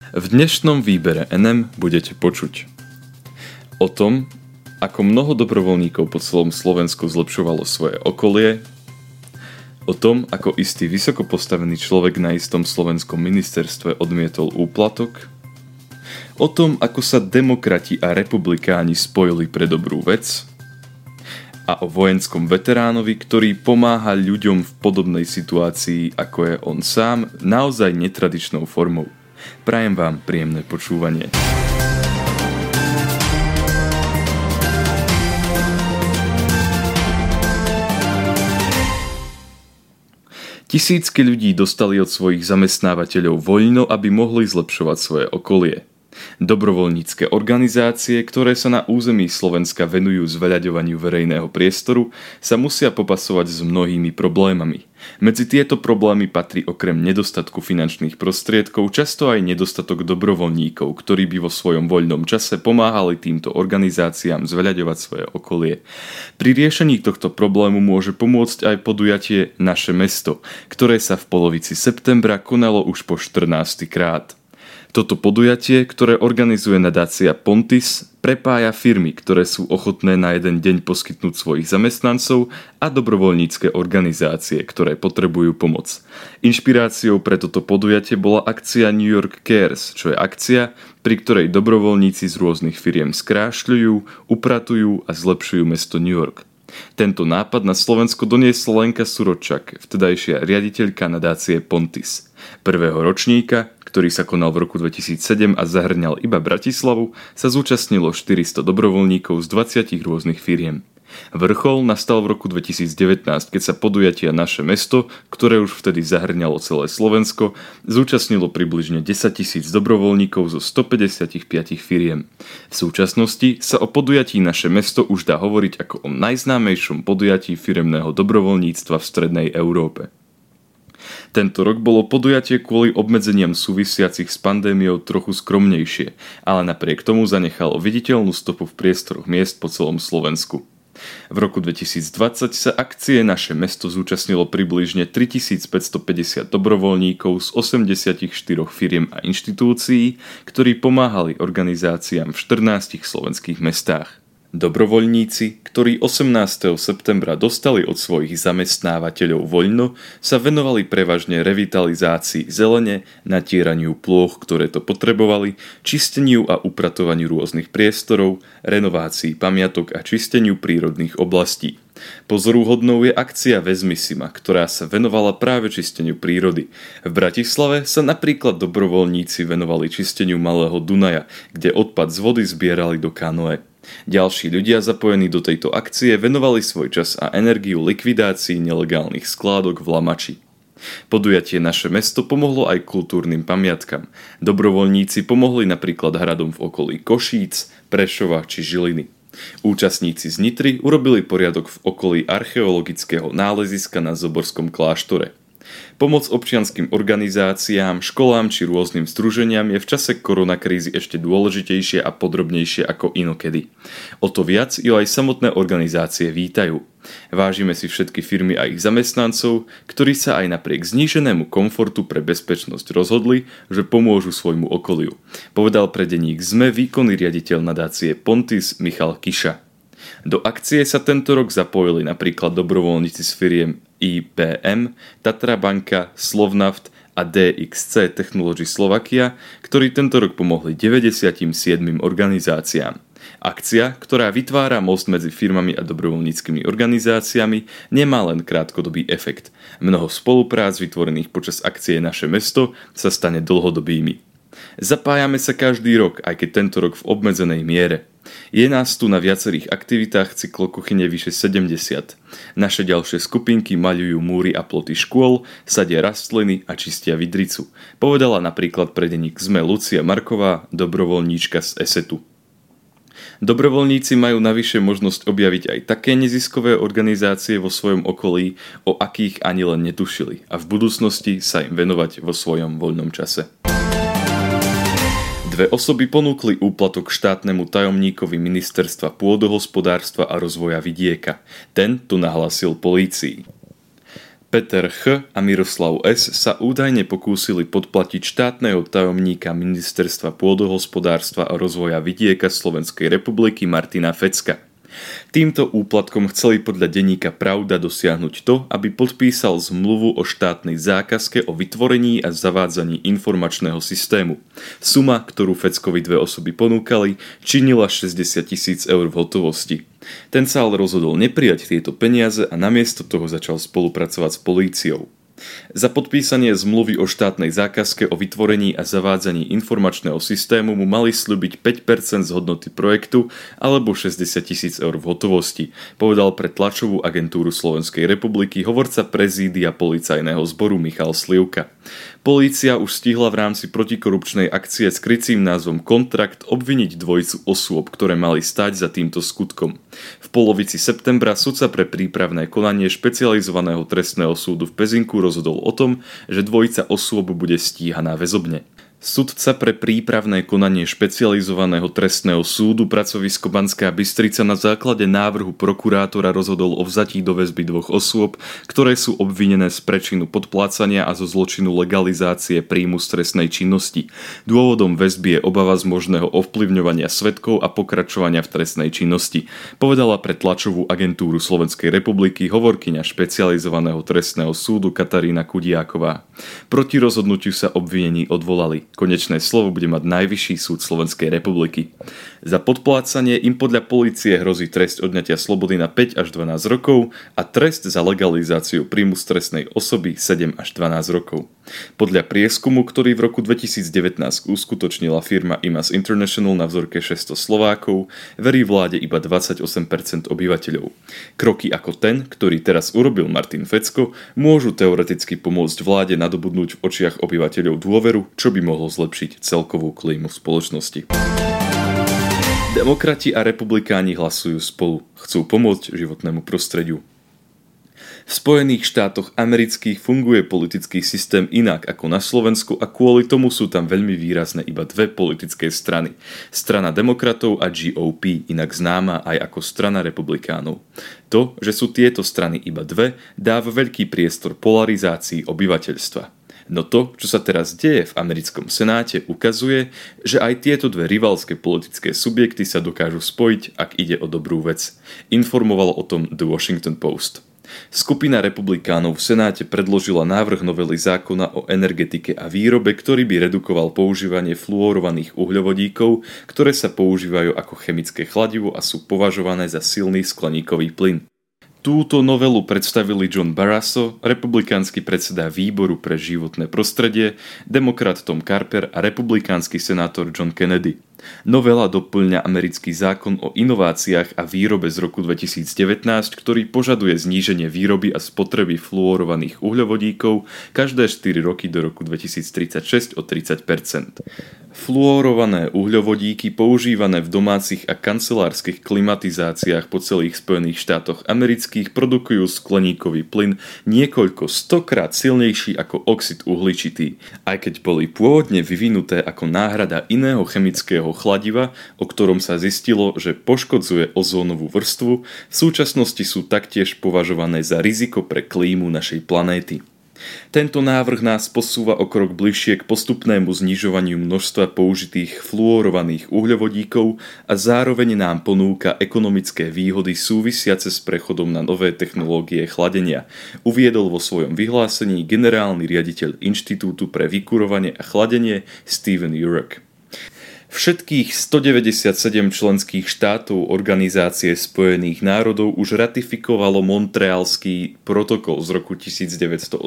V dnešnom výbere NM budete počuť o tom, ako mnoho dobrovoľníkov po celom Slovensku zlepšovalo svoje okolie, o tom, ako istý vysoko postavený človek na istom slovenskom ministerstve odmietol úplatok, o tom, ako sa demokrati a republikáni spojili pre dobrú vec a o vojenskom veteránovi, ktorý pomáha ľuďom v podobnej situácii, ako je on sám, naozaj netradičnou formou. Prajem vám príjemné počúvanie. Tisícky ľudí dostali od svojich zamestnávateľov voľno, aby mohli zlepšovať svoje okolie. Dobrovoľnícke organizácie, ktoré sa na území Slovenska venujú zveľaďovaniu verejného priestoru, sa musia popasovať s mnohými problémami. Medzi tieto problémy patrí okrem nedostatku finančných prostriedkov často aj nedostatok dobrovoľníkov, ktorí by vo svojom voľnom čase pomáhali týmto organizáciám zveľaďovať svoje okolie. Pri riešení tohto problému môže pomôcť aj podujatie Naše mesto, ktoré sa v polovici septembra konalo už po 14. krát. Toto podujatie, ktoré organizuje nadácia Pontis, prepája firmy, ktoré sú ochotné na jeden deň poskytnúť svojich zamestnancov a dobrovoľnícke organizácie, ktoré potrebujú pomoc. Inšpiráciou pre toto podujatie bola akcia New York Cares, čo je akcia, pri ktorej dobrovoľníci z rôznych firiem skrášľujú, upratujú a zlepšujú mesto New York. Tento nápad na Slovensku doniesla Lenka Suročak, vtedajšia riaditeľka nadácie Pontis. Prvého ročníka, ktorý sa konal v roku 2007 a zahrňal iba Bratislavu, sa zúčastnilo 400 dobrovoľníkov z 20 rôznych firiem. Vrchol nastal v roku 2019, keď sa podujatia Naše mesto, ktoré už vtedy zahrňalo celé Slovensko, zúčastnilo približne 10 000 dobrovoľníkov zo 155 firiem. V súčasnosti sa o podujatí Naše mesto už dá hovoriť ako o najznámejšom podujatí firemného dobrovoľníctva v strednej Európe. Tento rok bolo podujatie kvôli obmedzeniam súvisiacich s pandémiou trochu skromnejšie, ale napriek tomu zanechalo viditeľnú stopu v priestoroch miest po celom Slovensku. V roku 2020 sa akcie Naše mesto zúčastnilo približne 3550 dobrovoľníkov z 84 firiem a inštitúcií, ktorí pomáhali organizáciám v 14 slovenských mestách. Dobrovoľníci, ktorí 18. septembra dostali od svojich zamestnávateľov voľno, sa venovali prevažne revitalizácii zelene, natieraniu plôch, ktoré to potrebovali, čisteniu a upratovaniu rôznych priestorov, renovácii pamiatok a čisteniu prírodných oblastí. Pozoruhodnou je akcia Vezmi si ma, ktorá sa venovala práve čisteniu prírody. V Bratislave sa napríklad dobrovoľníci venovali čisteniu Malého Dunaja, kde odpad z vody zbierali do kanoe. Ďalší ľudia zapojení do tejto akcie venovali svoj čas a energiu likvidácii nelegálnych skládok v Lamači. Podujatie Naše mesto pomohlo aj kultúrnym pamiatkam. Dobrovoľníci pomohli napríklad hradom v okolí Košíc, Prešova či Žiliny. Účastníci z Nitry urobili poriadok v okolí archeologického náleziska na Zoborskom kláštore. Pomoc občianskym organizáciám, školám či rôznym združeniam je v čase koronakrízy ešte dôležitejšie a podrobnejšie ako inokedy. O to viac ju aj samotné organizácie vítajú. Vážime si všetky firmy a ich zamestnancov, ktorí sa aj napriek zníženému komfortu pre bezpečnosť rozhodli, že pomôžu svojmu okoliu, povedal pre denník SME výkonný riaditeľ nadácie Pontis Michal Kiša. Do akcie sa tento rok zapojili napríklad dobrovoľníci z firiem IBM, Tatra banka, Slovnaft a DXC Technology Slovakia, ktorí tento rok pomohli 97 organizáciám. Akcia, ktorá vytvára most medzi firmami a dobrovoľníckymi organizáciami, nemá len krátkodobý efekt. Mnoho spoluprác vytvorených počas akcie Naše mesto sa stane dlhodobými. Zapájame sa každý rok, aj keď tento rok v obmedzenej miere. Je nás tu na viacerých aktivitách cyklokuchyne vyše 70. Naše ďalšie skupinky maľujú múry a ploty škôl, sadia rastliny a čistia vidricu, povedala napríklad pre denník SME Lucia Marková, dobrovoľníčka z ESETu. Dobrovoľníci majú navyše možnosť objaviť aj také neziskové organizácie vo svojom okolí, o akých ani len netušili, a v budúcnosti sa im venovať vo svojom voľnom čase. Dve osoby ponúkli úplatok štátnemu tajomníkovi Ministerstva pôdohospodárstva a rozvoja vidieka. Ten tu nahlásil polícii. Peter Ch. a Miroslav S. sa údajne pokúsili podplatiť štátneho tajomníka Ministerstva pôdohospodárstva a rozvoja vidieka Slovenskej republiky Martina Fecka. Týmto úplatkom chceli podľa denníka Pravda dosiahnuť to, aby podpísal zmluvu o štátnej zákazke o vytvorení a zavádzaní informačného systému. Suma, ktorú Feckovi dve osoby ponúkali, činila 60 000 eur v hotovosti. Ten sa ale rozhodol neprijať tieto peniaze a namiesto toho začal spolupracovať s políciou. Za podpísanie zmluvy o štátnej zákazke o vytvorení a zavádzaní informačného systému mu mali sľubiť 5% z hodnoty projektu alebo 60 000 eur v hotovosti, povedal pre tlačovú agentúru Slovenskej republiky hovorca prezídia policajného zboru Michal Slivka. Polícia už stihla v rámci protikorupčnej akcie s krycím názvom Kontrakt obviniť dvojicu osôb, ktoré mali stáť za týmto skutkom. V polovici septembra sudca pre prípravné konanie špecializovaného trestného súdu v Pezinku rozhodol o tom, že dvojica osôb bude stíhaná väzobne. Sudca pre prípravné konanie špecializovaného trestného súdu pracovisko Banská Bystrica na základe návrhu prokurátora rozhodol o vzatí do väzby dvoch osôb, ktoré sú obvinené z prečinu podplácania a zo zločinu legalizácie príjmu z trestnej činnosti. Dôvodom väzby je obava z možného ovplyvňovania svedkov a pokračovania v trestnej činnosti, povedala pre tlačovú agentúru Slovenskej republiky hovorkyňa špecializovaného trestného súdu Katarína Kudiáková. Proti rozhodnutiu sa obvinení odvolali. Konečné slovo bude mať Najvyšší súd Slovenskej republiky. Za podplácanie im podľa polície hrozí trest odňatia slobody na 5 až 12 rokov a trest za legalizáciu príjmu z trestnej osoby 7 až 12 rokov. Podľa prieskumu, ktorý v roku 2019 uskutočnila firma IMAS International na vzorke 600 Slovákov, verí vláde iba 28% obyvateľov. Kroky ako ten, ktorý teraz urobil Martin Fecko, môžu teoreticky pomôcť vláde nadobudnúť v očiach obyvateľov dôveru, čo by mohlo zlepšiť celkovú klímu v spoločnosti. Demokrati a republikáni hlasujú spolu. Chcú pomôcť životnému prostrediu. V Spojených štátoch amerických funguje politický systém inak ako na Slovensku a kvôli tomu sú tam veľmi výrazné iba dve politické strany. Strana demokratov a GOP, inak známa aj ako strana republikánov. To, že sú tieto strany iba dve, dáva veľký priestor polarizácii obyvateľstva. No to, čo sa teraz deje v americkom senáte, ukazuje, že aj tieto dve rivalské politické subjekty sa dokážu spojiť, ak ide o dobrú vec. Informovalo o tom The Washington Post. Skupina republikánov v Senáte predložila návrh novely zákona o energetike a výrobe, ktorý by redukoval používanie fluorovaných uhľovodíkov, ktoré sa používajú ako chemické chladivo a sú považované za silný skleníkový plyn. Túto novelu predstavili John Barrasso, republikánsky predseda výboru pre životné prostredie, demokrat Tom Carper a republikánsky senátor John Kennedy. Novela doplňa americký zákon o inováciách a výrobe z roku 2019, ktorý požaduje zníženie výroby a spotreby fluorovaných uhľovodíkov každé 4 roky do roku 2036 o 30%. Fluorované uhľovodíky používané v domácich a kancelárskych klimatizáciách po celých Spojených štátoch amerických produkujú skleníkový plyn niekoľko 100-krát silnejší ako oxid uhličitý, aj keď boli pôvodne vyvinuté ako náhrada iného chemického chladiva, o ktorom sa zistilo, že poškodzuje ozónovú vrstvu, v súčasnosti sú taktiež považované za riziko pre klímu našej planéty. Tento návrh nás posúva o krok bližšie k postupnému znižovaniu množstva použitých fluorovaných uhľovodíkov a zároveň nám ponúka ekonomické výhody súvisiace s prechodom na nové technológie chladenia, uviedol vo svojom vyhlásení generálny riaditeľ Inštitútu pre vykurovanie a chladenie Steven Jurek. Všetkých 197 členských štátov Organizácie spojených národov už ratifikovalo Montrealský protokol z roku 1987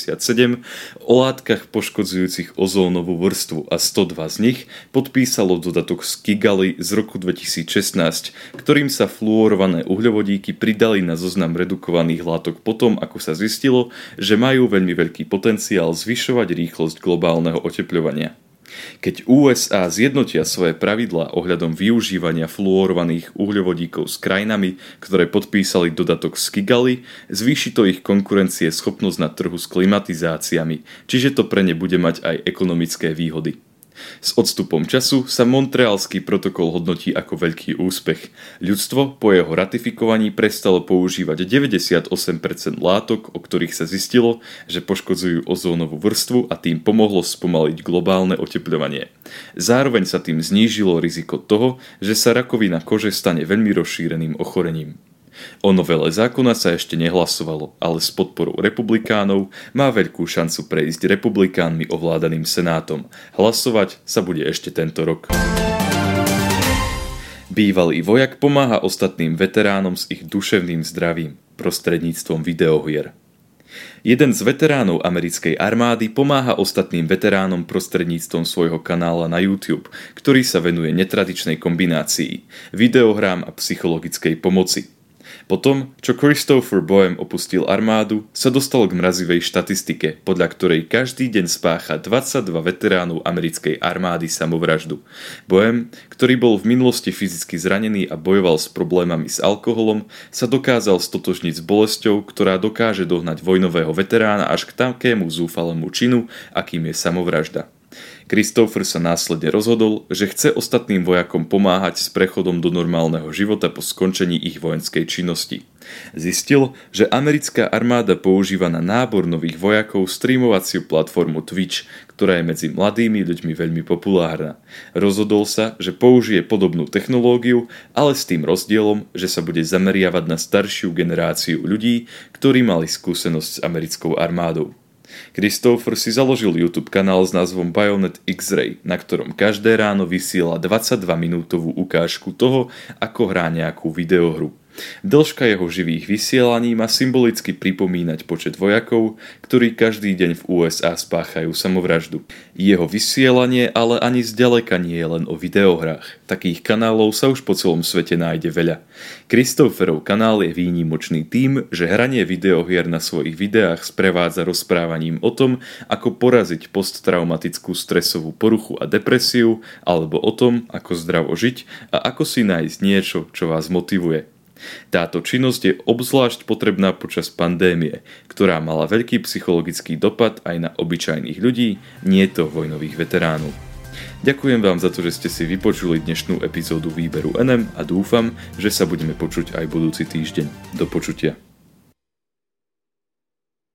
o látkach poškodzujúcich ozónovú vrstvu a 102 z nich podpísalo dodatok z Kigali z roku 2016, ktorým sa fluorované uhľovodíky pridali na zoznam redukovaných látok potom, ako sa zistilo, že majú veľmi veľký potenciál zvyšovať rýchlosť globálneho otepľovania. Keď USA zjednotia svoje pravidlá ohľadom využívania fluorovaných uhľovodíkov s krajinami, ktoré podpísali dodatok z Kigali, zvýši to ich konkurencieschopnosť na trhu s klimatizáciami, čiže to pre ne bude mať aj ekonomické výhody. S odstupom času sa Montrealský protokol hodnotí ako veľký úspech. Ľudstvo po jeho ratifikovaní prestalo používať 98% látok, o ktorých sa zistilo, že poškodzujú ozónovú vrstvu a tým pomohlo spomaliť globálne otepľovanie. Zároveň sa tým znížilo riziko toho, že sa rakovina kože stane veľmi rozšíreným ochorením. O novele zákona sa ešte nehlasovalo, ale s podporou republikánov má veľkú šancu prejsť republikánmi ovládaným senátom. Hlasovať sa bude ešte tento rok. Bývalý vojak pomáha ostatným veteránom s ich duševným zdravím prostredníctvom videohier. Jeden z veteránov americkej armády pomáha ostatným veteránom prostredníctvom svojho kanála na YouTube, ktorý sa venuje netradičnej kombinácii videohrám a psychologickej pomoci. Potom, čo Christopher Boehm opustil armádu, sa dostal k mrazivej štatistike, podľa ktorej každý deň spácha 22 veteránov americkej armády samovraždu. Boehm, ktorý bol v minulosti fyzicky zranený a bojoval s problémami s alkoholom, sa dokázal stotožniť s bolesťou, ktorá dokáže dohnať vojnového veterána až k takému zúfalému činu, akým je samovražda. Christopher sa následne rozhodol, že chce ostatným vojakom pomáhať s prechodom do normálneho života po skončení ich vojenskej činnosti. Zistil, že americká armáda používa na nábor nových vojakov streamovaciu platformu Twitch, ktorá je medzi mladými ľuďmi veľmi populárna. Rozhodol sa, že použije podobnú technológiu, ale s tým rozdielom, že sa bude zameriavať na staršiu generáciu ľudí, ktorí mali skúsenosť s americkou armádou. Christopher si založil YouTube kanál s názvom Bayonet X-Ray, na ktorom každé ráno vysiela 22-minútovú ukážku toho, ako hrá nejakú videohru. Dĺžka jeho živých vysielaní má symbolicky pripomínať počet vojakov, ktorí každý deň v USA spáchajú samovraždu. Jeho vysielanie ale ani zďaleka nie je len o videohrách. Takých kanálov sa už po celom svete nájde veľa. Christopherov kanál je výnimočný tým, že hranie videohier na svojich videách sprevádza rozprávaním o tom, ako poraziť posttraumatickú stresovú poruchu a depresiu, alebo o tom, ako zdravo žiť a ako si nájsť niečo, čo vás motivuje. Táto činnosť je obzvlášť potrebná počas pandémie, ktorá mala veľký psychologický dopad aj na obyčajných ľudí, nie to vojnových veteránov. Ďakujem vám za to, že ste si vypočuli dnešnú epizódu Výberu NM a dúfam, že sa budeme počuť aj budúci týždeň. Do počutia.